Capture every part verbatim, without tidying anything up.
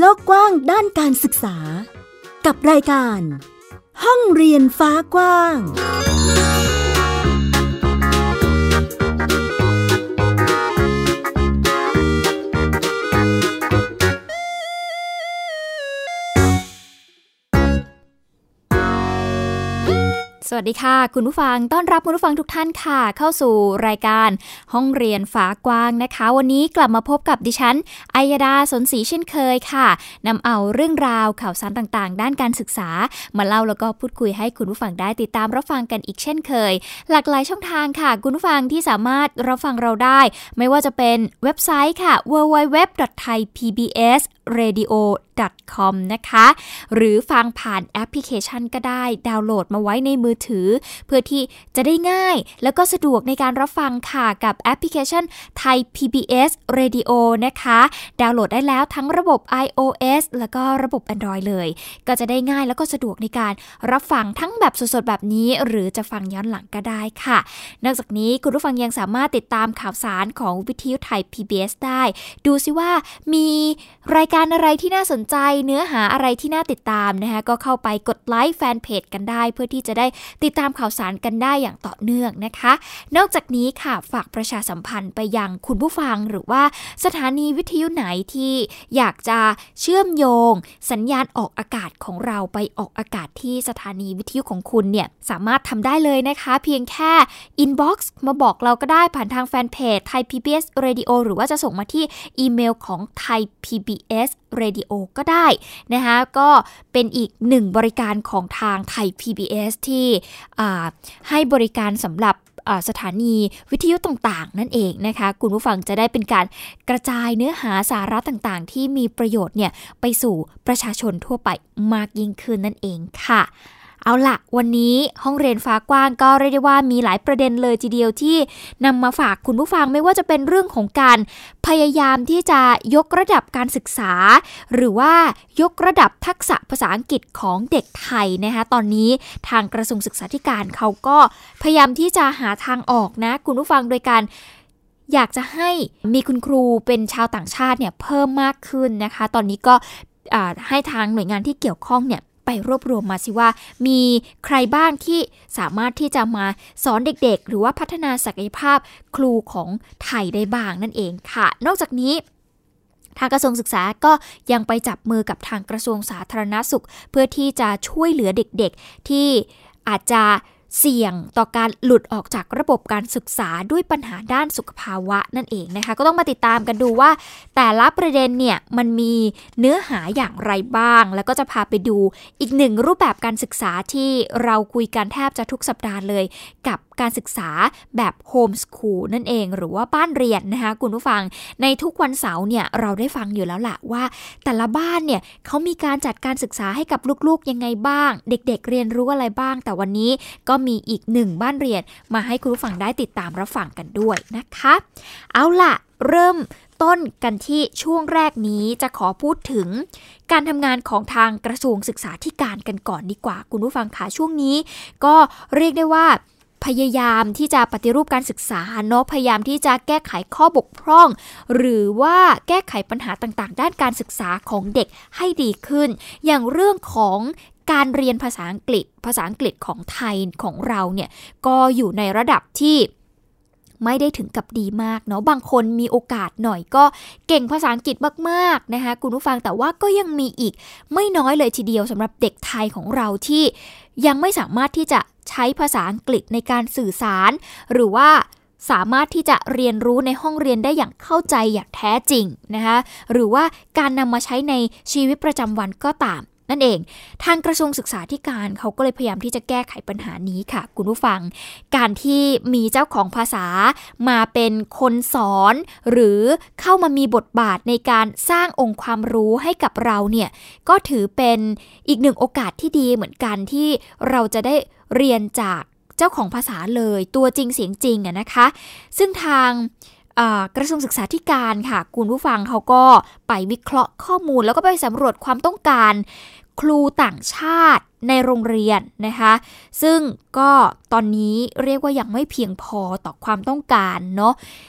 กกว้างด้านการศึกษากับรายการห้องเรียนฟ้ากว้างสวัสดีค่ะคุณผู้ฟังต้อนรับคุณผู้ฟังทุกท่านค่ะเข้าสู่รายการห้องเรียนฟ้ากว้างนะคะวันนี้กลับมาพบกับดิฉันอัยดาสนศรีเช่นเคยค่ะนำเอาเรื่องราวข่าวสารต่างๆด้านการศึกษามาเล่าแล้วก็พูดคุยให้คุณผู้ฟังได้ติดตามรับฟังกันอีกเช่นเคยหลากหลายช่องทางค่ะคุณผู้ฟังที่สามารถรับฟังเราได้ไม่ว่าจะเป็นเว็บไซต์ค่ะ ดับเบิลยู ดับเบิลยู ดับเบิลยู ดอท ไทย พี บี เอส เรดิโอ ดอท คอม นะคะหรือฟังผ่านแอปพลิเคชันก็ได้ดาวน์โหลดมาไว้ในมือถือเพื่อที่จะได้ง่ายแล้วก็สะดวกในการรับฟังค่ะกับแอปพลิเคชัน Thai พี บี เอส Radio นะคะดาวน์โหลดได้แล้วทั้งระบบ iOS แล้วก็ระบบ Android เลยก็จะได้ง่ายแล้วก็สะดวกในการรับฟังทั้งแบบสดๆแบบนี้หรือจะฟังย้อนหลังก็ได้ค่ะนอกจากนี้คุณผู้ฟังยังสามารถติดตามข่าวสารของวิทยุไทย พี บี เอส ได้ดูซิว่ามีรายการอะไรที่น่าสนใจเนื้อหาอะไรที่น่าติดตามนะคะก็เข้าไปกดไลค์แฟนเพจกันได้เพื่อที่จะได้ติดตามข่าวสารกันได้อย่างต่อเนื่องนะคะนอกจากนี้ค่ะฝากประชาสัมพันธ์ไปยังคุณผู้ฟังหรือว่าสถานีวิทยุไหนที่อยากจะเชื่อมโยงสัญญาณออกอากาศของเราไปออกอากาศที่สถานีวิทยุของคุณเนี่ยสามารถทำได้เลยนะคะเพียงแค่ inbox มาบอกเราก็ได้ผ่านทางแฟนเพจ Thai พี บี เอส Radio หรือว่าจะส่งมาที่อีเมลของ Thai พี บี เอส Radio ก็ได้นะคะก็เป็นอีกหนึ่งบริการของทาง Thai พี บี เอส ที่ให้บริการสำหรับสถานีวิทยุต่างๆนั่นเองนะคะคุณผู้ฟังจะได้เป็นการกระจายเนื้อหาสาระต่างๆที่มีประโยชน์เนี่ยไปสู่ประชาชนทั่วไปมากยิ่งขึ้นนั่นเองค่ะเอาล่ะวันนี้ห้องเรียนฟ้ากว้างก็เรียกได้ว่ามีหลายประเด็นเลยทีเดียวที่นำมาฝากคุณผู้ฟังไม่ว่าจะเป็นเรื่องของการพยายามที่จะยกระดับการศึกษาหรือว่ายกระดับทักษะภาษาอังกฤษของเด็กไทยนะคะตอนนี้ทางกระทรวงศึกษาธิการเขาก็พยายามที่จะหาทางออกนะคุณผู้ฟังโดยการอยากจะให้มีคุณครูเป็นชาวต่างชาติเนี่ยเพิ่มมากขึ้นนะคะตอนนี้ก็ให้ทางหน่วยงานที่เกี่ยวข้องเนี่ยไปรวบรวมมาสิว่ามีใครบ้างที่สามารถที่จะมาสอนเด็กๆหรือว่าพัฒนาศักยภาพครูของไทยได้บ้างนั่นเองค่ะนอกจากนี้ทางกระทรวงศึกษาก็ยังไปจับมือกับทางกระทรวงสาธารณสุขเพื่อที่จะช่วยเหลือเด็กๆที่อาจจะเสี่ยงต่อการหลุดออกจากระบบการศึกษาด้วยปัญหาด้านสุขภาวะนั่นเองนะคะก็ต้องมาติดตามกันดูว่าแต่ละประเด็นเนี่ยมันมีเนื้อหาอย่างไรบ้างแล้วก็จะพาไปดูอีกหนึ่งรูปแบบการศึกษาที่เราคุยกันแทบจะทุกสัปดาห์เลยกับการศึกษาแบบโฮมสคูลนั่นเองหรือว่าบ้านเรียนนะคะคุณผู้ฟังในทุกวันเสาร์เนี่ยเราได้ฟังอยู่แล้วล่ะว่าแต่ละบ้านเนี่ยเขามีการจัดการศึกษาให้กับลูกๆยังไงบ้างเด็กๆ เ, เรียนรู้อะไรบ้างแต่วันนี้ก็มีอีกหนึ่งบ้านเรียนมาให้คุณผู้ฟังได้ติดตามรับฟังกันด้วยนะคะเอาล่ะเริ่มต้นกันที่ช่วงแรกนี้จะขอพูดถึงการทำงานของทางกระทรวงศึกษาธิการกันก่อนดีกว่าคุณผู้ฟังค่ะช่วงนี้ก็เรียกได้ว่าพยายามที่จะปฏิรูปการศึกษาเนาะพยายามที่จะแก้ไขข้อบกพร่องหรือว่าแก้ไขปัญหาต่างๆด้านการศึกษาของเด็กให้ดีขึ้นอย่างเรื่องของการเรียนภาษาอังกฤษภาษาอังกฤษของไทยของเราเนี่ยก็อยู่ในระดับที่ไม่ได้ถึงกับดีมากเนาะบางคนมีโอกาสหน่อยก็เก่งภาษาอังกฤษมากๆนะคะคุณผู้ฟังแต่ว่าก็ยังมีอีกไม่น้อยเลยทีเดียวสำหรับเด็กไทยของเราที่ยังไม่สามารถที่จะใช้ภาษาอังกฤษในการสื่อสารหรือว่าสามารถที่จะเรียนรู้ในห้องเรียนได้อย่างเข้าใจอย่างแท้จริงนะคะหรือว่าการนำมาใช้ในชีวิตประจำวันก็ตามนั่นเองทางกระทรวงศึกษาธิการเขาก็เลยพยายามที่จะแก้ไขปัญหานี้ค่ะคุณผู้ฟังการที่มีเจ้าของภาษามาเป็นคนสอนหรือเข้ามามีบทบาทในการสร้างองค์ความรู้ให้กับเราเนี่ยก็ถือเป็นอีกหนึ่งโอกาสที่ดีเหมือนกันที่เราจะได้เรียนจากเจ้าของภาษาเลยตัวจริงเสียงจริงอะนะคะซึ่งทางกระทรวงศึกษาธิการค่ะคุณผู้ฟังเขาก็ไปวิเคราะห์ข้อมูลแล้วก็ไปสำรวจความต้องการครูต่างชาติในโรงเรียนนะคะซึ่งก็ตอนนี้เรียกว่ายังไม่เพียงพอต่อความต้องการเนาะ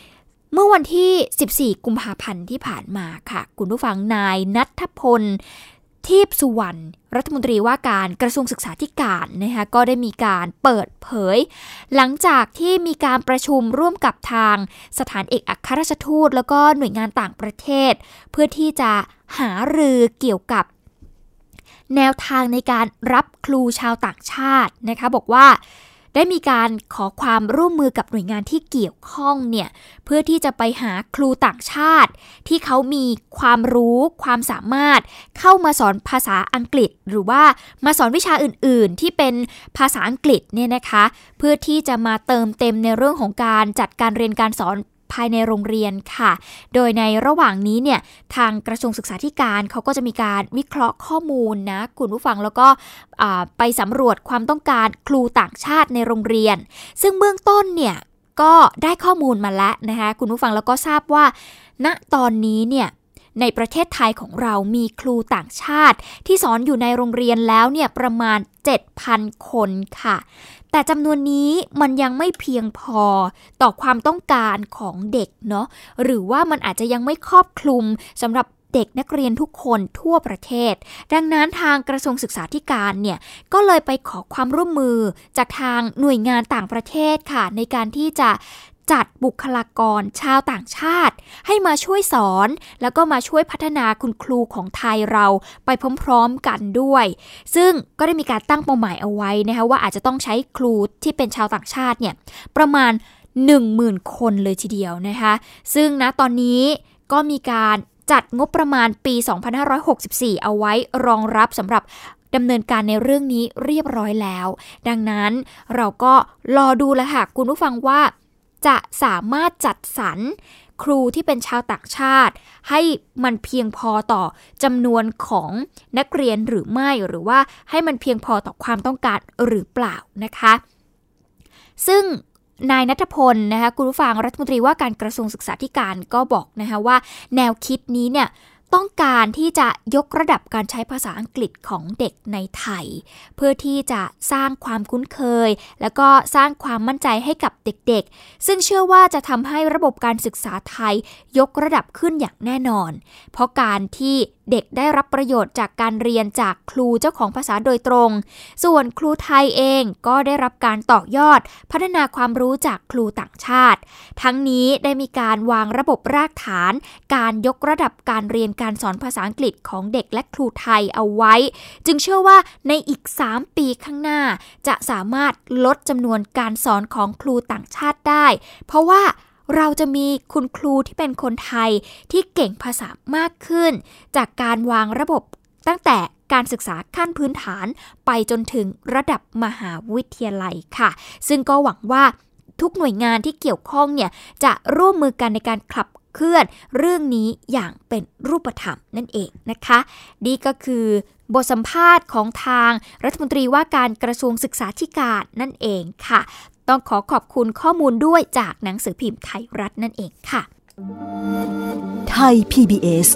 เมื่อวันที่สิบสี่กุมภาพันธ์ที่ผ่านมาค่ะคุณผู้ฟังนายณัฐพลทิพย์สุวรรณรัฐมนตรีว่าการกระทรวงศึกษาธิการนะคะก็ได้มีการเปิดเผยหลังจากที่มีการประชุมร่วมกับทางสถานเอกอัครราชทูตแล้วก็หน่วยงานต่างประเทศเพื่อที่จะหารือเกี่ยวกับแนวทางในการรับครูชาวต่างชาตินะคะบอกว่าได้มีการขอความร่วมมือกับหน่วยงานที่เกี่ยวข้องเนี่ยเพื่อที่จะไปหาครูต่างชาติที่เขามีความรู้ความสามารถเข้ามาสอนภาษาอังกฤษหรือว่ามาสอนวิชาอื่นๆที่เป็นภาษาอังกฤษเนี่ยนะคะเพื่อที่จะมาเติมเต็มในเรื่องของการจัดการเรียนการสอนภายในโรงเรียนค่ะโดยในระหว่างนี้เนี่ยทางกระทรวงศึกษาธิการเขาก็จะมีการวิเคราะห์ข้อมูลนะคุณผู้ฟังแล้วก็ไปสำรวจความต้องการครูต่างชาติในโรงเรียนซึ่งเบื้องต้นเนี่ยก็ได้ข้อมูลมาแล้วนะคะคุณผู้ฟังแล้วก็ทราบว่าณตอนนี้เนี่ยในประเทศไทยของเรามีครูต่างชาติที่สอนอยู่ในโรงเรียนแล้วเนี่ยประมาณ เจ็ดพัน คนค่ะแต่จำนวนนี้มันยังไม่เพียงพอต่อความต้องการของเด็กเนาะหรือว่ามันอาจจะยังไม่ครอบคลุมสำหรับเด็กนักเรียนทุกคนทั่วประเทศดังนั้นทางกระทรวงศึกษาธิการเนี่ยก็เลยไปขอความร่วมมือจากทางหน่วยงานต่างประเทศค่ะในการที่จะจัดบุคลากรชาวต่างชาติให้มาช่วยสอนแล้วก็มาช่วยพัฒนาคุณครูของไทยเราไปพร้อมๆกันด้วยซึ่งก็ได้มีการตั้งเป้าหมายเอาไว้นะคะว่าอาจจะต้องใช้ครูที่เป็นชาวต่างชาติเนี่ยประมาณ หนึ่งหมื่น คนเลยทีเดียวนะคะซึ่งณตอนนี้ก็มีการจัดงบประมาณปีสองพันห้าร้อยหกสิบสี่เอาไว้รองรับสำหรับดำเนินการในเรื่องนี้เรียบร้อยแล้วดังนั้นเราก็รอดูแล้วค่ะคุณผู้ฟังว่าจะสามารถจัดสรรครูที่เป็นชาวต่างชาติให้มันเพียงพอต่อจำนวนของนักเรียนหรือไม่หรือว่าให้มันเพียงพอต่อความต้องการหรือเปล่านะคะซึ่งนายณัฐพลนะคะคุณผู้ฟังรัฐมนตรีว่าการกระทรวงศึกษาธิการก็บอกนะคะว่าแนวคิดนี้เนี่ยต้องการที่จะยกระดับการใช้ภาษาอังกฤษของเด็กในไทยเพื่อที่จะสร้างความคุ้นเคยแล้วก็สร้างความมั่นใจให้กับเด็กๆซึ่งเชื่อว่าจะทำให้ระบบการศึกษาไทยยกระดับขึ้นอย่างแน่นอนเพราะการที่เด็กได้รับประโยชน์จากการเรียนจากครูเจ้าของภาษาโดยตรงส่วนครูไทยเองก็ได้รับการต่อยอดพัฒนาความรู้จากครูต่างชาติทั้งนี้ได้มีการวางระบบรากฐานการยกระดับการเรียนการสอนภาษาอังกฤษของเด็กและครูไทยเอาไว้จึงเชื่อว่าในอีกสามปีข้างหน้าจะสามารถลดจำนวนการสอนของครูต่างชาติได้เพราะว่าเราจะมีคุณครูที่เป็นคนไทยที่เก่งภาษามากขึ้นจากการวางระบบตั้งแต่การศึกษาขั้นพื้นฐานไปจนถึงระดับมหาวิทยาลัยค่ะซึ่งก็หวังว่าทุกหน่วยงานที่เกี่ยวข้องเนี่ยจะร่วมมือกันในการขับเคลื่อนเรื่องนี้อย่างเป็นรูปธรรมนั่นเองนะคะนี่ก็คือบทสัมภาษณ์ของทางรัฐมนตรีว่าการกระทรวงศึกษาธิการนั่นเองค่ะต้องขอขอบคุณข้อมูลด้วยจากหนังสือพิมพ์ไทยรัฐนั่นเองค่ะไทย พี บี เอส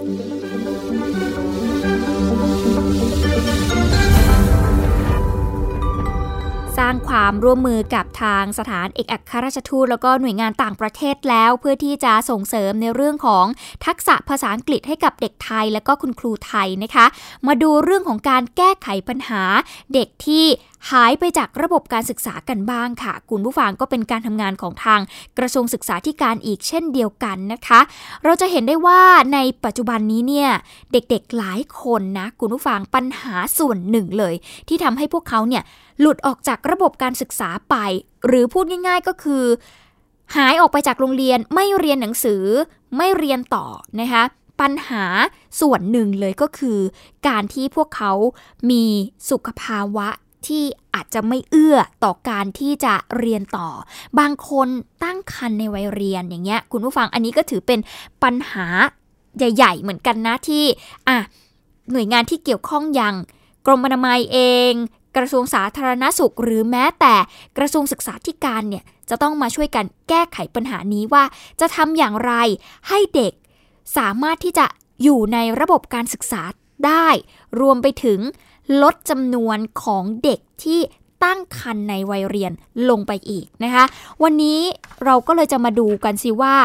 สร้างความร่วมมือกับทางสถานเอกอัครราชทูตแล้วก็หน่วยงานต่างประเทศแล้วเพื่อที่จะส่งเสริมในเรื่องของทักษะภาษาอังกฤษให้กับเด็กไทยและก็คุณครูไทยนะคะมาดูเรื่องของการแก้ไขปัญหาเด็กที่หายไปจากระบบการศึกษากันบ้างค่ะคุณผู้ฟังก็เป็นการทำงานของทางกระทรวงศึกษาธิการอีกเช่นเดียวกันนะคะเราจะเห็นได้ว่าในปัจจุบันนี้เนี่ยเด็กๆหลายคนนะคุณผู้ฟังปัญหาส่วนหนึ่งเลยที่ทำให้พวกเขาเนี่ยหลุดออกจากระบบการศึกษาไปหรือพูดง่ายๆก็คือหายออกไปจากโรงเรียนไม่เรียนหนังสือไม่เรียนต่อนะคะปัญหาส่วนหนึ่งเลยก็คือการที่พวกเขามีสุขภาวะที่อาจจะไม่เอื้อต่อการที่จะเรียนต่อบางคนตั้งครรภ์ในวัยเรียนอย่างเงี้ยคุณผู้ฟังอันนี้ก็ถือเป็นปัญหาใหญ่ๆเหมือนกันนะที่อ่ะหน่วยงานที่เกี่ยวข้องอย่างกรมอนามัยเองกระทรวงสาธารณสุขหรือแม้แต่กระทรวงศึกษาธิการเนี่ยจะต้องมาช่วยกันแก้ไขปัญหานี้ว่าจะทำอย่างไรให้เด็กสามารถที่จะอยู่ในระบบการศึกษาได้รวมไปถึงลดจำนวนของเด็กที่ตั้งครรภ์ในวัยเรียนลงไปอีกนะคะวันนี้เราก็เลยจะมาดูกันสิว่า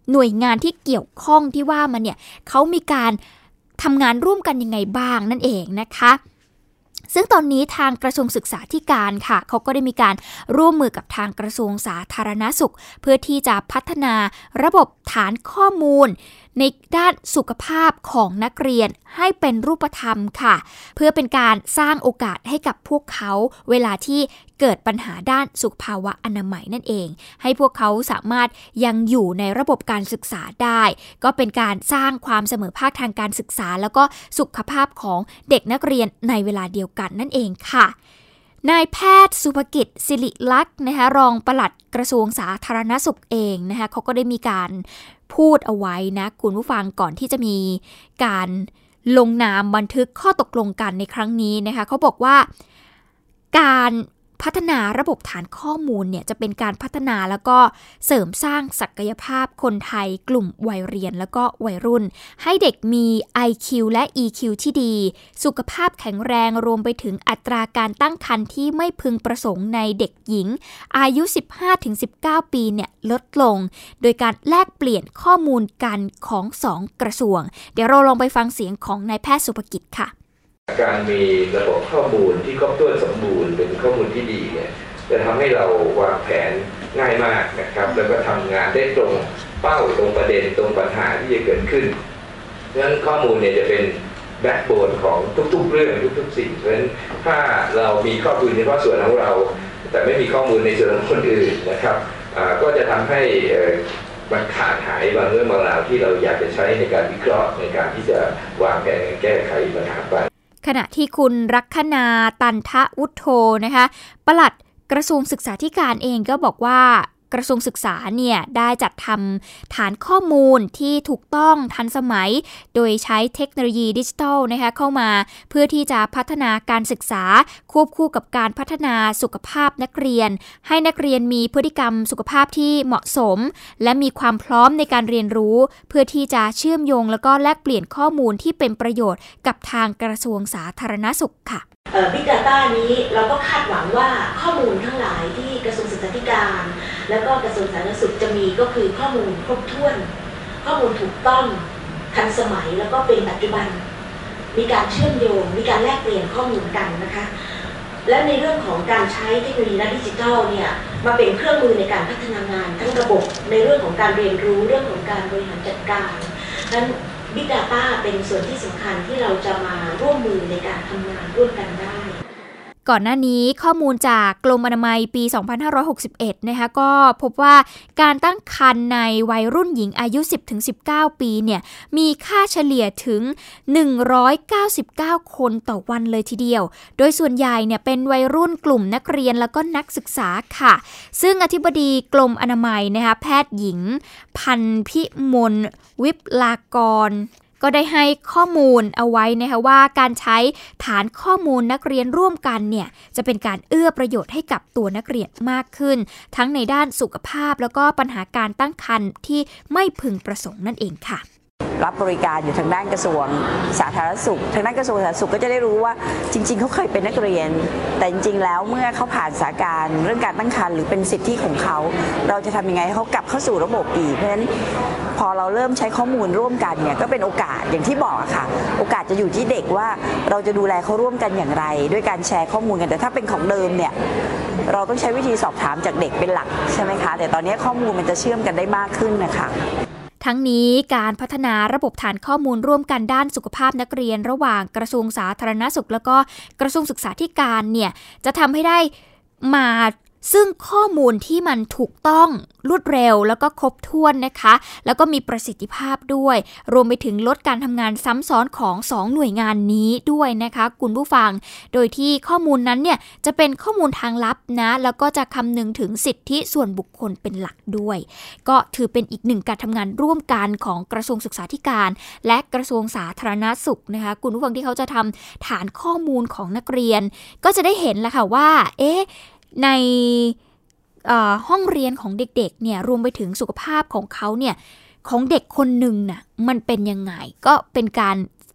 หน่วยงานที่เกี่ยวข้องที่ว่ามันเนี่ยเขามีการทำงานร่วมกันยังไงบ้างนั่นเองนะคะซึ่งตอนนี้ทางกระทรวงศึกษาธิการค่ะเขาก็ได้มีการร่วมมือกับทางกระทรวงสาธารณสุขเพื่อที่จะพัฒนาระบบฐานข้อมูลในด้านสุขภาพของนักเรียนให้เป็นรูปธรรมค่ะเพื่อเป็นการสร้างโอกาสให้กับพวกเขาเวลาที่เกิดปัญหาด้านสุขภาวะอนามัยนั่นเองให้พวกเขาสามารถยังอยู่ในระบบการศึกษาได้ก็เป็นการสร้างความเสมอภาคทางการศึกษาแล้วก็สุขภาพของเด็กนักเรียนในเวลาเดียวกันนั่นเองค่ะนายแพทย์สุภกิจศิริลักษณ์นะคะรองปลัดกระทรวงสาธารณสุขเองนะคะเขาก็ได้มีการพูดเอาไว้นะคุณผู้ฟังก่อนที่จะมีการลงนามบันทึกข้อตกลงกันในครั้งนี้นะคะเขาบอกว่าการพัฒนาระบบฐานข้อมูลเนี่ยจะเป็นการพัฒนาแล้วก็เสริมสร้างศักยภาพคนไทยกลุ่มวัยเรียนแล้วก็วัยรุ่นให้เด็กมี ไอ คิว และ อี คิว ที่ดีสุขภาพแข็งแรงรวมไปถึงอัตราการตั้งครรภ์ที่ไม่พึงประสงค์ในเด็กหญิงอายุ สิบห้าถึงสิบเก้า ปีเนี่ยลดลงโดยการแลกเปลี่ยนข้อมูลกันของสองกระทรวงเดี๋ยวเราลองไปฟังเสียงของนายแพทย์สุภกิจค่ะการมีระบบข้อมูลที่ครบถ้วนสมบูรณ์เป็นข้อมูลที่ดีเนี่ยจะทำให้เราวางแผนง่ายมากนะครับแล้วก็ทำงานได้ตรงเป้าตรงประเด็นตรงปัญหาที่จะเกิดขึ้นเพราะฉะนั้นข้อมูลเนี่ยจะเป็นแบ็คโบนของทุกๆเรื่องทุกๆสิ่งเพราะฉะนั้นถ้าเรามีข้อมูลเฉพาะส่วนของเราแต่ไม่มีข้อมูลในส่วนของคนอื่นนะครับก็จะทำให้มันขาดหายบางเรื่องบางราวที่เราอยากจะใช้ในการวิเคราะห์ในการที่จะวางแผนแก้ไขปัญหาไปขณะที่คุณลัคนาตันทวุฒโธนะคะปลัดกระทรวงศึกษาธิการเองก็บอกว่ากระทรวงศึกษาเนี่ยได้จัดทำฐานข้อมูลที่ถูกต้องทันสมัยโดยใช้เทคโนโลยีดิจิทัลนะคะเข้ามาเพื่อที่จะพัฒนาการศึกษาควบคู่กับการพัฒนาสุขภาพนักเรียนให้นักเรียนมีพฤติกรรมสุขภาพที่เหมาะสมและมีความพร้อมในการเรียนรู้เพื่อที่จะเชื่อมโยงแล้วก็แลกเปลี่ยนข้อมูลที่เป็นประโยชน์กับทางกระทรวงสาธารณสุขค่ะเอ่อ Big Data นี้เราก็คาดหวังว่าข้อมูลทั้งหลายที่กระทรวงศึกษาธิการและก็กระทรวงสาธารณสุขจะมีก็คือข้อมูลครบถ้วนข้อมูลถูกต้องทันสมัยแล้วก็เป็นปัจจุบันมีการเชื่อมโยงมีการแลกเปลี่ยนข้อมูลกันนะคะและในเรื่องของการใช้เทคโนโลยีและดิจิทัลเนี่ยมาเป็นเครื่องมือในการพัฒนางานทั้งระบบในเรื่องของการเรียนรู้เรื่องของการบริหารจัดการนั้นBig Data เป็นส่วนที่สำคัญที่เราจะมาร่วมมือในการทำงานร่วมกันได้ก่อนหน้านี้ข้อมูลจากกรมอนามัยปีสองพันห้าร้อยหกสิบเอ็ดนะคะก็พบว่าการตั้งครรภ์ในวัยรุ่นหญิงอายุ สิบถึงสิบเก้า ปีเนี่ยมีค่าเฉลี่ยถึงหนึ่งร้อยเก้าสิบเก้าคนต่อวันเลยทีเดียวโดยส่วนใหญ่เนี่ยเป็นวัยรุ่นกลุ่มนักเรียนแล้วก็นักศึกษาค่ะซึ่งอธิบดีกรมอนามัยนะคะแพทย์หญิงพันพิมลวิปลากรก็ได้ให้ข้อมูลเอาไว้นะคะว่าการใช้ฐานข้อมูลนักเรียนร่วมกันเนี่ยจะเป็นการเอื้อประโยชน์ให้กับตัวนักเรียนมากขึ้นทั้งในด้านสุขภาพแล้วก็ปัญหาการตั้งครรภ์ที่ไม่พึงประสงค์นั่นเองค่ะรับบริการอยู่ทางด้านกระทรวงสาธารณสุขทางด้านกระทรวงสาธารณสุขก็จะได้รู้ว่าจริงๆเขาเคยเป็นนักเรียนแต่จริงๆแล้วเมื่อเขาผ่านสถานการณ์เรื่องการตั้งครรภ์หรือเป็นสิทธิของเขาเราจะทำยังไงให้เขากลับเข้าสู่ระบบอีกเพราะฉะนั้นพอเราเริ่มใช้ข้อมูลร่วมกันเนี่ยก็เป็นโอกาสอย่างที่บอกค่ะโอกาสจะอยู่ที่เด็กว่าเราจะดูแลเขาร่วมกันอย่างไรด้วยการแชร์ข้อมูลกันแต่ถ้าเป็นของเดิมเนี่ยเราต้องใช้วิธีสอบถามจากเด็กเป็นหลักใช่ไหมคะแต่ตอนนี้ข้อมูลมันจะเชื่อมกันได้มากขึ้นนะคะทั้งนี้การพัฒนาระบบฐานข้อมูลร่วมกันด้านสุขภาพนักเรียนระหว่างกระทรวงสาธารณสุขแล้วก็กระทรวงศึกษาธิการเนี่ยจะทำให้ได้มาซึ่งข้อมูลที่มันถูกต้องรวดเร็วแล้วก็ครบถ้วนนะคะแล้วก็มีประสิทธิภาพด้วยรวมไปถึงลดการทำงานซ้ำซ้อนของสองหน่วยงานนี้ด้วยนะคะคุณผู้ฟังโดยที่ข้อมูลนั้นเนี่ยจะเป็นข้อมูลทางลับนะแล้วก็จะคำนึงถึงสิทธิส่วนบุคคลเป็นหลักด้วยก็ถือเป็นอีกหนึ่งการทำงานร่วมกันของกระทรวงศึกษาธิการและกระทรวงสาธารณสุขนะคะคุณผู้ฟังที่เขาจะทำฐานข้อมูลของนักเรียนก็จะได้เห็นแล้วค่ะว่าเอ๊ะในห้องเรียนของเด็กๆเนี่ยรวมไปถึงสุขภาพของเขาเนี่ยของเด็กคนหนึ่งน่ะมันเป็นยังไงก็เป็นการ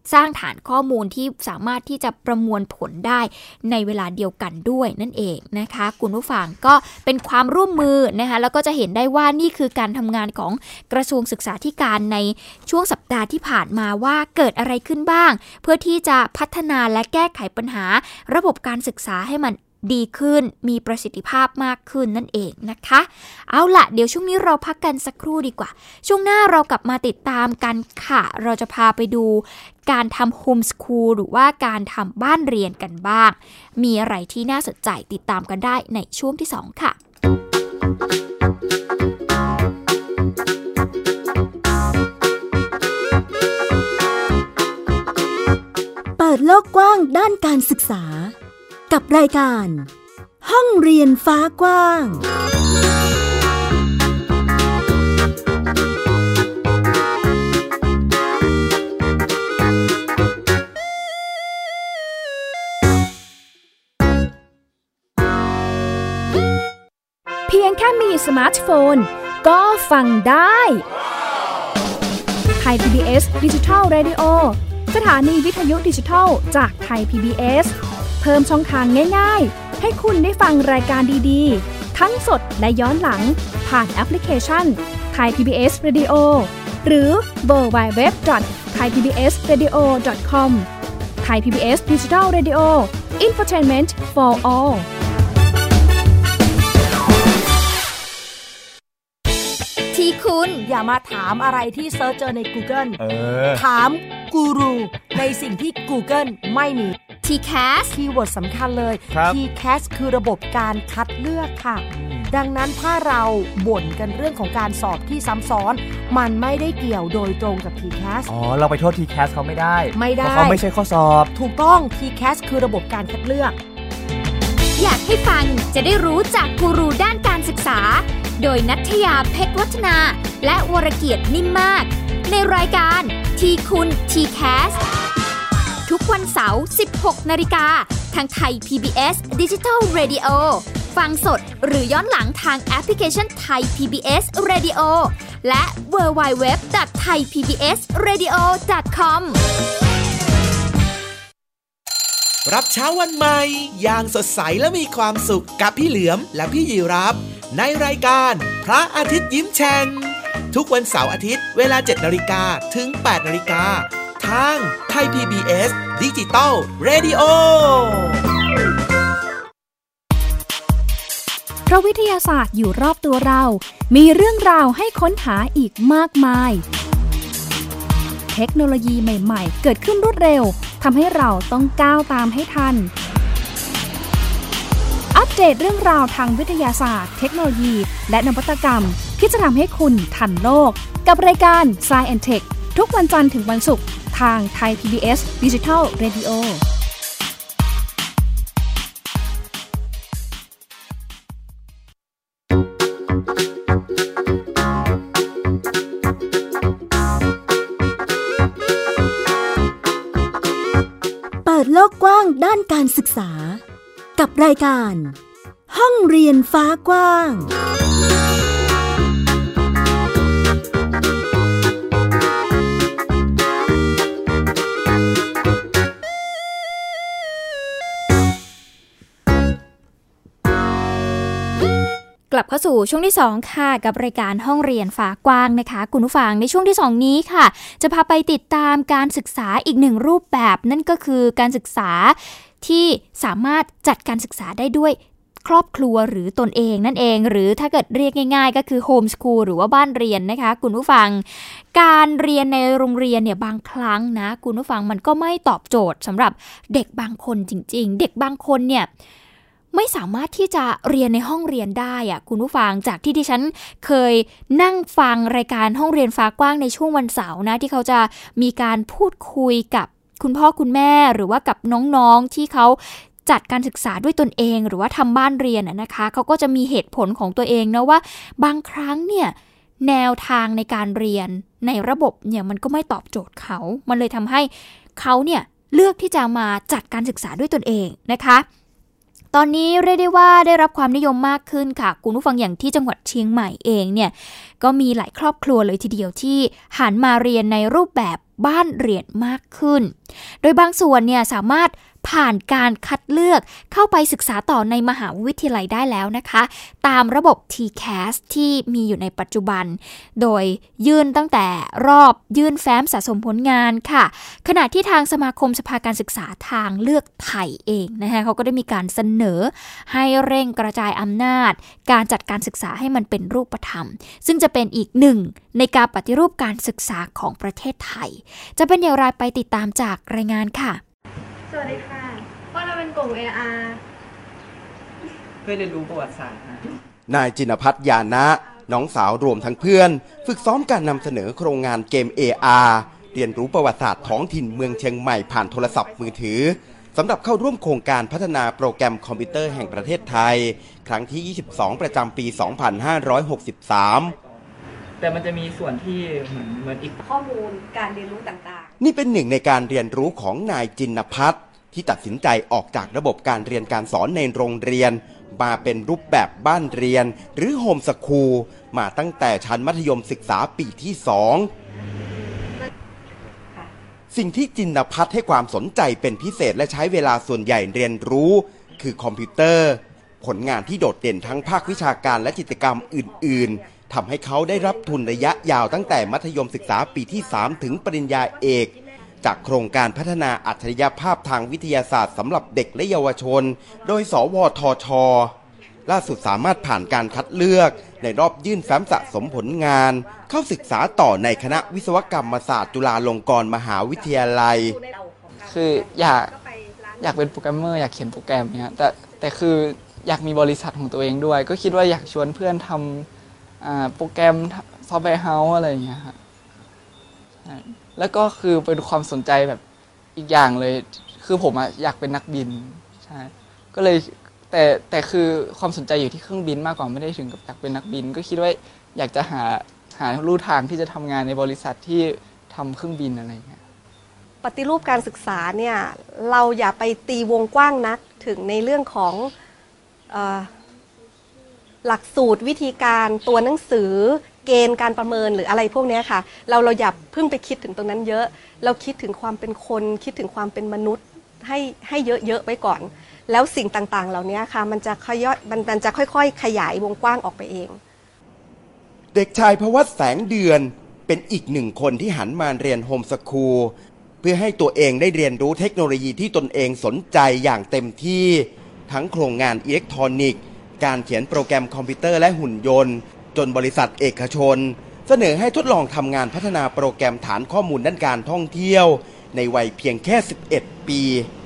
สร้างฐานข้อมูลที่สามารถที่จะประมวลผลได้ในเวลาเดียวกันด้วยนั่นเองนะคะคุณผู้ฟังก็เป็นความร่วมมือนะคะแล้วก็จะเห็นได้ว่านี่คือการทำงานของกระทรวงศึกษาธิการในช่วงสัปดาห์ที่ผ่านมาว่าเกิดอะไรขึ้นบ้างเพื่อที่จะพัฒนาและแก้ไขปัญหาระบบการศึกษาให้มันดีขึ้นมีประสิทธิภาพมากขึ้นนั่นเองนะคะเอาล่ะเดี๋ยวช่วงนี้เราพักกันสักครู่ดีกว่าช่วงหน้าเรากลับมาติดตามกันค่ะเราจะพาไปดูการทำโฮมสคูลหรือว่าการทำบ้านเรียนกันบ้างมีอะไรที่น่าสนใจติดตามกันได้ในช่วงที่สองค่ะเปิดโลกกว้างด้านการศึกษากับรายการห้องเรียนฟ้ากว้างเพียงแค่มีสมาร์ทโฟนก็ฟังได้ไทย พี บี เอส Digital Radio สถานีวิทยุดิจิทัลจากไทย พี บี เอส เพิ่มช่องทางง่ายๆให้คุณได้ฟังรายการดีๆทั้งสดและย้อนหลังผ่านแอปพลิเคชัน Thai พี บี เอส Radio หรือ ดับเบิลยู ดับเบิลยู ดับเบิลยู ดอท ไทย พี บี เอส เรดิโอ ดอท คอม Thai พี บี เอส Digital Radio Infotainment for all ที่คุณอย่ามาถามอะไรที่เซิร์ชเจอใน Google เออถามกูรูในสิ่งที่ Google ไม่มีที แคสคีย์เวิร์ดสำคัญเลย ที แคส คือระบบการคัดเลือกค่ะดังนั้นถ้าเราบ่นกันเรื่องของการสอบที่ซ้ำซ้อนมันไม่ได้เกี่ยวโดยตรงกับ ที แคสอ๋อเราไปโทษ ที แคส เขาไม่ได้ไม่ได้เพราะเขาไม่ใช่ข้อสอบถูกต้อง ที แคส คือระบบการคัดเลือกอยากให้ฟังจะได้รู้จากกูรูด้านการศึกษาโดยณัฐยาเพชรวัฒนาและวรเกียรตินิ่มมากในรายการทีคุณ ที แคส ทุกวันเสาร์ สิบหกนาฬิกาทางไทย พี บี เอส Digital Radio ฟังสดหรือย้อนหลังทางแอปพลิเคชันไทย พี บี เอส Radio และ ดับเบิลยู ดับเบิลยู ดับเบิลยู ดอท ไทย พี บี เอส เรดิโอ ดอท คอมรับเช้าวันใหม่อย่างสดใสและมีความสุขกับพี่เหลือมและพี่ยีรับในรายการพระอาทิตย์ยิ้มแฉ่งทุกวันเสาร์อาทิตย์เวลา เจ็ดนาฬิกา ถึง แปดนาฬิกาทางไทย พี บี เอส Digital Radio เพราะวิทยาศาสตร์อยู่รอบตัวเรามีเรื่องราวให้ค้นหาอีกมากมายเทคโนโลยีใหม่ๆเกิดขึ้นรวดเร็วทำให้เราต้องก้าวตามให้ทันอัปเดตเรื่องราวทางวิทยาศาสตร์เทคโนโลยีและนวัตกรรมที่จะทำให้คุณทันโลกกับรายการ Science แอนด์ Tech ทุกวันจันทร์ถึงวันศุกร์ทางไทย พี บี เอส Digital Radio เปิดโลกกว้างด้านการศึกษากับรายการห้องเรียนฟ้ากว้างกลับเข้าสู่ช่วงที่สองค่ะกับรายการห้องเรียนฟ้ากว้างนะคะคุณผู้ฟังในช่วงที่สองนี้ค่ะจะพาไปติดตามการศึกษาอีกหนึ่งรูปแบบนั่นก็คือการศึกษาที่สามารถจัดการศึกษาได้ด้วยครอบครัวหรือตนเองนั่นเองหรือถ้าเกิดเรียกง่ายๆก็คือโฮมสคูลหรือว่าบ้านเรียนนะคะคุณผู้ฟังการเรียนในโรงเรียนเนี่ยบางครั้งนะคุณผู้ฟังมันก็ไม่ตอบโจทย์สำหรับเด็กบางคนจริงๆเด็กบางคนเนี่ยไม่สามารถที่จะเรียนในห้องเรียนได้อะคุณผู้ฟังจากที่ดิฉันเคยนั่งฟังรายการห้องเรียนฟ้ากว้างในช่วงวันเสาร์นะที่เขาจะมีการพูดคุยกับคุณพ่อคุณแม่หรือว่ากับน้องๆที่เขาจัดการศึกษาด้วยตนเองหรือว่าทำบ้านเรียนนะคะเขาก็จะมีเหตุผลของตัวเองนะว่าบางครั้งเนี่ยแนวทางในการเรียนในระบบเนี่ยมันก็ไม่ตอบโจทย์เขามันเลยทำให้เขาเนี่ยเลือกที่จะมาจัดการศึกษาด้วยตนเองนะคะตอนนี้เรียกได้ว่าได้รับความนิยมมากขึ้นค่ะคุณผู้ฟังอย่างที่จังหวัดเชียงใหม่เองเนี่ยก็มีหลายครอบครัวเลยทีเดียวที่หันมาเรียนในรูปแบบบ้านเรียนมากขึ้นโดยบางส่วนเนี่ยสามารถผ่านการคัดเลือกเข้าไปศึกษาต่อในมหาวิทยาลัยได้แล้วนะคะตามระบบ ที แคส ที่มีอยู่ในปัจจุบันโดยยื่นตั้งแต่รอบยื่นแฟ้มสะสมผลงานค่ะขณะที่ทางสมาคมสภาการศึกษาทางเลือกไทยเองนะคะเขาก็ได้มีการเสนอให้เร่งกระจายอำนาจการจัดการศึกษาให้มันเป็นรูปธรรมซึ่งจะเป็นอีกหนึ่งในการปฏิรูปการศึกษาของประเทศไทยจะเป็นอย่างไรไปติดตามจากรายงานค่ะสวัสดีค่ะพวกเราเป็นกลุ่ม เอ อาร์เพื่อเรียนรู้ประวัติศาสตร์นายจินภัทร ยานะน้องสาวรวมทั้งเพื่อนฝึกซ้อมการนำเสนอโครงงานเกม เอ อาร์ เรียนรู้ประวัติศาสตร์ท้องถิ่นเมืองเชียงใหม่ผ่านโทรศัพท์มือถือสำหรับเข้าร่วมโครงการพัฒนาโปรแกรมคอมพิวเตอร์แห่งประเทศไทยครั้งที่ยี่สิบสองประจำปีสองพันห้าร้อยหกสิบสามแต่มันจะมีส่วนที่เหมือนเหมือนอีกข้อมูลการเรียนรู้ต่างๆนี่เป็นหนึ่งในการเรียนรู้ของนายจินภัทรที่ตัดสินใจออกจากระบบการเรียนการสอนในโรงเรียนมาเป็นรูปแบบบ้านเรียนหรือโฮมสคูลมาตั้งแต่ชั้นมัธยมศึกษาปีที่สองสิ่งที่จินภัทรให้ความสนใจเป็นพิเศษและใช้เวลาส่วนใหญ่เรียนรู้คือคอมพิวเตอร์ผลงานที่โดดเด่นทั้งภาควิชาการและกิจกรรมอื่นๆทำให้เขาได้รับทุนระยะยาวตั้งแต่มัธยมศึกษาปีที่สามถึงปริญญาเอกจากโครงการพัฒนาอัจฉริยภาพทางวิทยาศาสตร์สำหรับเด็กและเยาวชนโดยสวทช.ล่าสุดสามารถผ่านการคัดเลือกในรอบยื่นแฟ้มสะสมผลงานเข้าศึกษาต่อในคณะวิศวกรรมศาสตร์จุฬาลงกรณ์มหาวิทยาลัยคืออยากอยากเป็นโปรแกรมเมอร์อยากเขียนโปรแกรมเนี่ยแต่แต่คืออยากมีบริษัทของตัวเองด้วยก็คิดว่าอยากชวนเพื่อนทำโปรแกรมซอฟต์แวร์เฮาส์อะไรอย่างเงี้ยครับแล้วก็คือเป็นความสนใจแบบอีกอย่างเลยคือผมอะอยากเป็นนักบินใช่ก็เลยแต่แต่คือความสนใจอยู่ที่เครื่องบินมากกว่าไม่ได้ถึงกับอยากเป็นนักบินก็คิดว่าอยากจะหาหาลู่ทางที่จะทำงานในบริษัทที่ทำเครื่องบินอะไรอย่างเงี้ยปฏิรูปการศึกษาเนี่ยเราอย่าไปตีวงกว้างนักถึงในเรื่องของเอ่อหลักสูตรวิธีการตัวหนังสือเกณฑ์การประเมินหรืออะไรพวกนี้ค่ะเราเราอย่าเพิ่งไปคิดถึงตรงนั้นเยอะเราคิดถึงความเป็นคนคิดถึงความเป็นมนุษย์ให้ให้เยอะๆไว้ก่อนแล้วสิ่งต่างๆเหล่านี้ค่ะมันจะค่อยๆมันมันจะค่อยๆขยายวงกว้างออกไปเองเด็กชายภวัฒน์แสงเดือนเป็นอีกหนึ่งคนที่หันมาเรียนโฮมสคูลเพื่อให้ตัวเองได้เรียนรู้เทคโนโลยีที่ตนเองสนใจอย่างเต็มที่ทั้งโครงงานอิเล็กทรอนิกส์การเขียนโปรแกรมคอมพิวเตอร์และหุ่นยนต์จนบริษัทเอกชนเสนอให้ทดลองทำงานพัฒนาโปรแกรมฐานข้อมูลด้านการท่องเที่ยวในวัยเพียงแค่สิบเอ็ดปี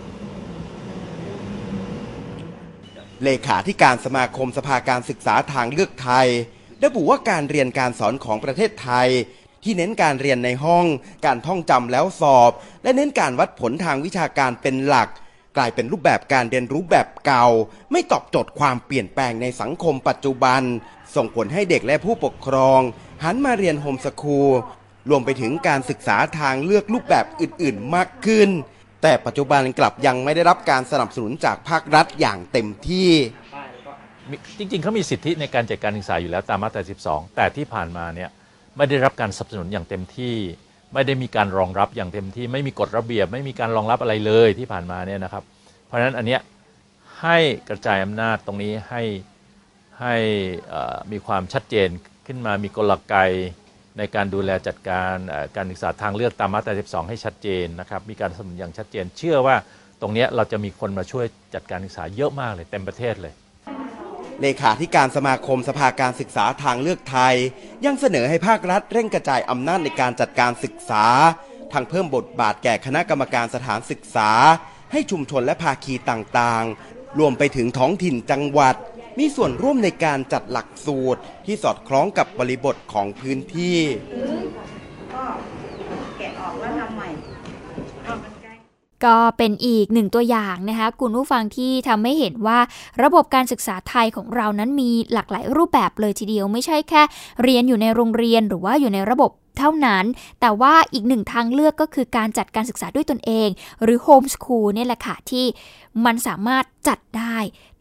เลขาธิการสมาคมสภาการศึกษาทางเลือกไทยระบุว่าการเรียนการสอนของประเทศไทยที่เน้นการเรียนในห้องการท่องจำแล้วสอบและเน้นการวัดผลทางวิชาการเป็นหลักกลายเป็นรูปแบบการเรียนรู้แบบเก่าไม่ตอบโจทย์ความเปลี่ยนแปลงในสังคมปัจจุบันส่งผลให้เด็กและผู้ปกครองหันมาเรียนโฮมสคูลรวมไปถึงการศึกษาทางเลือกรูปแบบอื่นๆมากขึ้นแต่ปัจจุบันกลับยังไม่ได้รับการสนับสนุนจากภาครัฐอย่างเต็มที่จริงๆเขามีสิทธิในการจัดการศึกษาอยู่แล้วตามมาตราสิบสองแต่ที่ผ่านมาเนี่ยไม่ได้รับการสนับสนุนอย่างเต็มที่ไม่ได้มีการรองรับอย่างเต็มที่ไม่มีกฎระเบียบไม่มีการรองรับอะไรเลยที่ผ่านมาเนี่ยนะครับเพราะฉะนั้นอันเนี้ยให้กระจายอำนาจตรงนี้ให้ให้มีความชัดเจนขึ้นมามีกลไกในการดูแลจัดการการศึกษาทางเลือกตามมาตราสิบสองให้ชัดเจนนะครับมีการสนับสนุนอย่างชัดเจนเชื่อว่าตรงนี้เราจะมีคนมาช่วยจัดการศึกษาเยอะมากเลยเต็มประเทศเลยเลขาธิการสมาคมสภาการศึกษาทางเลือกไทยยังเสนอให้ภาครัฐเร่งกระจายอำนาจในการจัดการศึกษาทั้งเพิ่มบทบาทแก่คณะกรรมการสถานศึกษาให้ชุมชนและภาคีต่างๆรวมไปถึงท้องถิ่นจังหวัดมีส่วนร่วมในการจัดหลักสูตรที่สอดคล้องกับบริบทของพื้นที่ก็แกะออกแล้วทำใหม่ก็เป็นอีกหนึ่งตัวอย่างนะคะคุณผู้ฟังที่ทำให้เห็นว่าระบบการศึกษาไทยของเรานั้นมีหลากหลายรูปแบบเลยทีเดียวไม่ใช่แค่เรียนอยู่ในโรงเรียนหรือว่าอยู่ในระบบเท่านั้นแต่ว่าอีกหนึ่งทางเลือกก็คือการจัดการศึกษาด้วยตนเองหรือโฮมสคูลนี่แหละค่ะที่มันสามารถจัดได้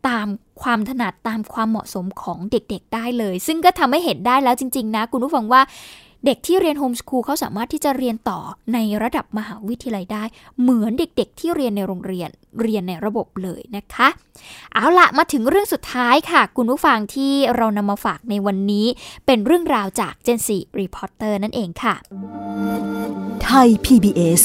ตามความถนัดตามความเหมาะสมของเด็กๆได้เลยซึ่งก็ทำให้เห็นได้แล้วจริงๆนะคุณผู้ฟังว่าเด็กที่เรียนโฮมสคูลเขาสามารถที่จะเรียนต่อในระดับมหาวิทยาลัยได้เหมือนเด็กๆที่เรียนในโรงเรียนเรียนในระบบเลยนะคะเอาละมาถึงเรื่องสุดท้ายค่ะคุณผู้ฟังที่เรานำมาฝากในวันนี้เป็นเรื่องราวจาก Gen โฟร์ Reporter นั่นเองค่ะไทย พี บี เอส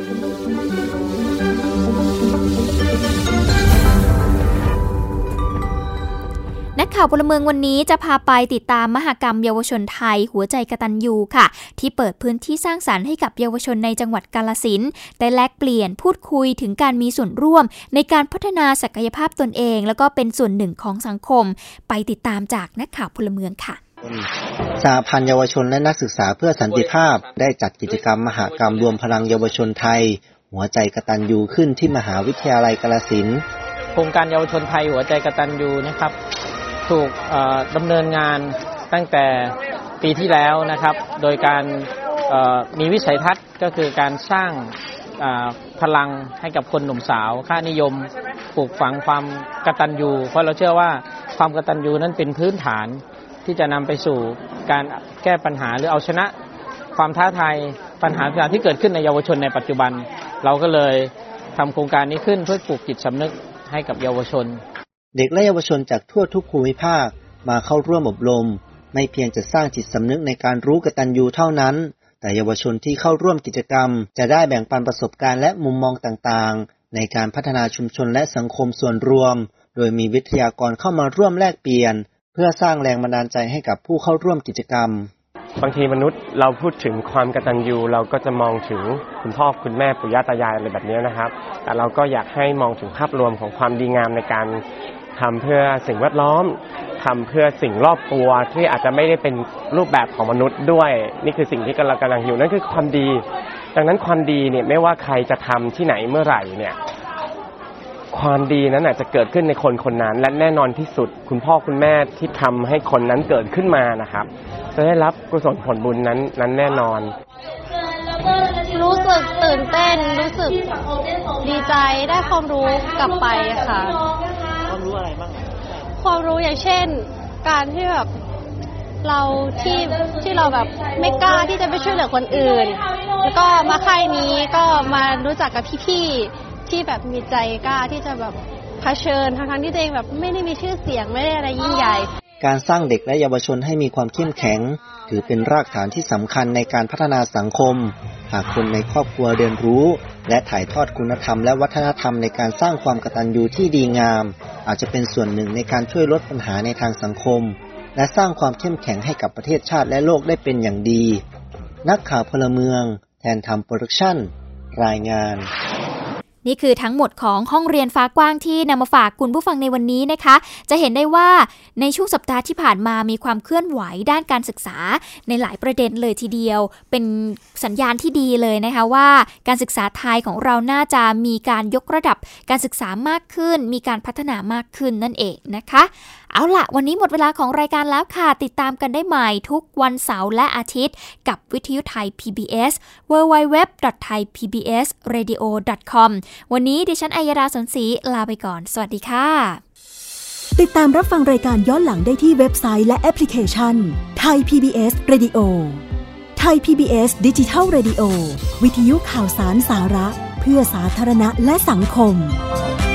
นักข่าวพลเมืองวันนี้จะพาไปติดตามมหกรรมเยาวชนไทยหัวใจกตัญญูค่ะที่เปิดพื้นที่สร้างสรรค์ให้กับเยาวชนในจังหวัดกาฬสินธุ์ได้แลกเปลี่ยนพูดคุยถึงการมีส่วนร่วมในการพัฒนาศักยภาพตนเองแล้วก็เป็นส่วนหนึ่งของสังคมไปติดตามจากนักข่าวพลเมืองค่ะสหพันธ์เยาวชนและนักศึกษาเพื่อสันติภาพได้จัดกิจกรรมมหกรรมรวมพลังเยาวชนไทยหัวใจกตัญญูขึ้นที่มหาวิทยาลัยกาฬสินธุ์โครงการเยาวชนไทยหัวใจกตัญญูนะครับถูกดำเนินงานตั้งแต่ปีที่แล้วนะครับโดยการมีวิสัยทัศน์ก็คือการสร้างพลังให้กับคนหนุ่มสาวค่านิยมปลูกฝังความกตัญญูเพราะเราเชื่อว่าความกตัญญูนั้นเป็นพื้นฐานที่จะนำไปสู่การแก้ปัญหาหรือเอาชนะความท้าทายปัญหาต่างๆที่เกิดขึ้นในเยาวชนในปัจจุบันเราก็เลยทำโครงการนี้ขึ้นเพื่อปลูกจิตสำนึกให้กับเยาวชนเด็กและเยาวชนจากทั่วทุกภูมิภาคมาเข้าร่วมอบรมไม่เพียงจะสร้างจิตสำนึกในการรู้กตัญญูเท่านั้นแต่เยาวชนที่เข้าร่วมกิจกรรมจะได้แบ่งปันประสบการณ์และมุมมองต่างๆในการพัฒนาชุมชนและสังคมส่วนรวมโดยมีวิทยากรเข้ามาร่วมแลกเปลี่ยนเพื่อสร้างแรงบันดาลใจให้กับผู้เข้าร่วมกิจกรรมบางทีมนุษย์เราพูดถึงความกตัญญูเราก็จะมองถึงคุณพ่อคุณแม่ปู่ย่าตายายอะไรแบบนี้นะครับแต่เราก็อยากให้มองถึงภาพรวมของความดีงามในการทำเพื่อสิ่งแวดล้อมทำเพื่อสิ่งรอบตัวที่อาจจะไม่ได้เป็นรูปแบบของมนุษย์ด้วยนี่คือสิ่งที่กำลังกำลังอยู่นั่นคือความดีดังนั้นความดีเนี่ยไม่ว่าใครจะทำที่ไหนเมื่อไหร่เนี่ยความดีนั้นอาจจะเกิดขึ้นในคนคนนั้นและแน่นอนที่สุดคุณพ่อคุณแม่ที่ทำให้คนนั้นเกิดขึ้นมานะครับจะได้รับกุศลผลบุญนั้นนั้นแน่นอนรู้สึกตื่นเต้นรู้สึกดีใจได้ความรู้กลับไปค่ะความรู้อะไรบ้างความรู้อย่างเช่นการที่แบบเราที่ที่เราแบบไม่กล้าที่จะไปช่วยเหลือคนอื่นแล้วก็มาค่ายนี้ก็มารู้จักกับพี่ๆที่แบบมีใจกล้าที่จะแบบเผชิญทั้งๆที่ตัวเองแบบไม่ได้มีชื่อเสียงไม่ได้อะไรยิ่งใหญ่การสร้างเด็กและเยาวชนให้มีความเข้มแข็งถือเป็นรากฐานที่สำคัญในการพัฒนาสังคมหากคนในครอบครัวเรียนรู้และถ่ายทอดคุณธรรมและวัฒนธรรมในการสร้างความกตัญญูที่ดีงามอาจจะเป็นส่วนหนึ่งในการช่วยลดปัญหาในทางสังคมและสร้างความเข้มแข็งให้กับประเทศชาติและโลกได้เป็นอย่างดีนักข่าวพลเมืองแทนธรรมโปรดักชั่นรายงานนี่คือทั้งหมดของห้องเรียนฟ้ากว้างที่นำมาฝากคุณผู้ฟังในวันนี้นะคะจะเห็นได้ว่าในช่วงสัปดาห์ที่ผ่านมามีความเคลื่อนไหวด้านการศึกษาในหลายประเด็นเลยทีเดียวเป็นสัญญาณที่ดีเลยนะคะว่าการศึกษาไทยของเราน่าจะมีการยกระดับการศึกษามากขึ้นมีการพัฒนามากขึ้นนั่นเองนะคะเอาล่ะวันนี้หมดเวลาของรายการแล้วค่ะติดตามกันได้ใหม่ทุกวันเสาร์และอาทิตย์กับวิทยุไทย พี บี เอส ดับเบิลยู ดับเบิลยู ดับเบิลยู ดอท ไทย พี บี เอส เรดิโอ ดอท คอม วันนี้ดิฉันอัยดาสนศรีลาไปก่อนสวัสดีค่ะติดตามรับฟังรายการย้อนหลังได้ที่เว็บไซต์และแอปพลิเคชันไทย พี บี เอส Radio ไทย พี บี เอส Digital Radio วิทยุข่าวสารสาระเพื่อสาธารณะและสังคม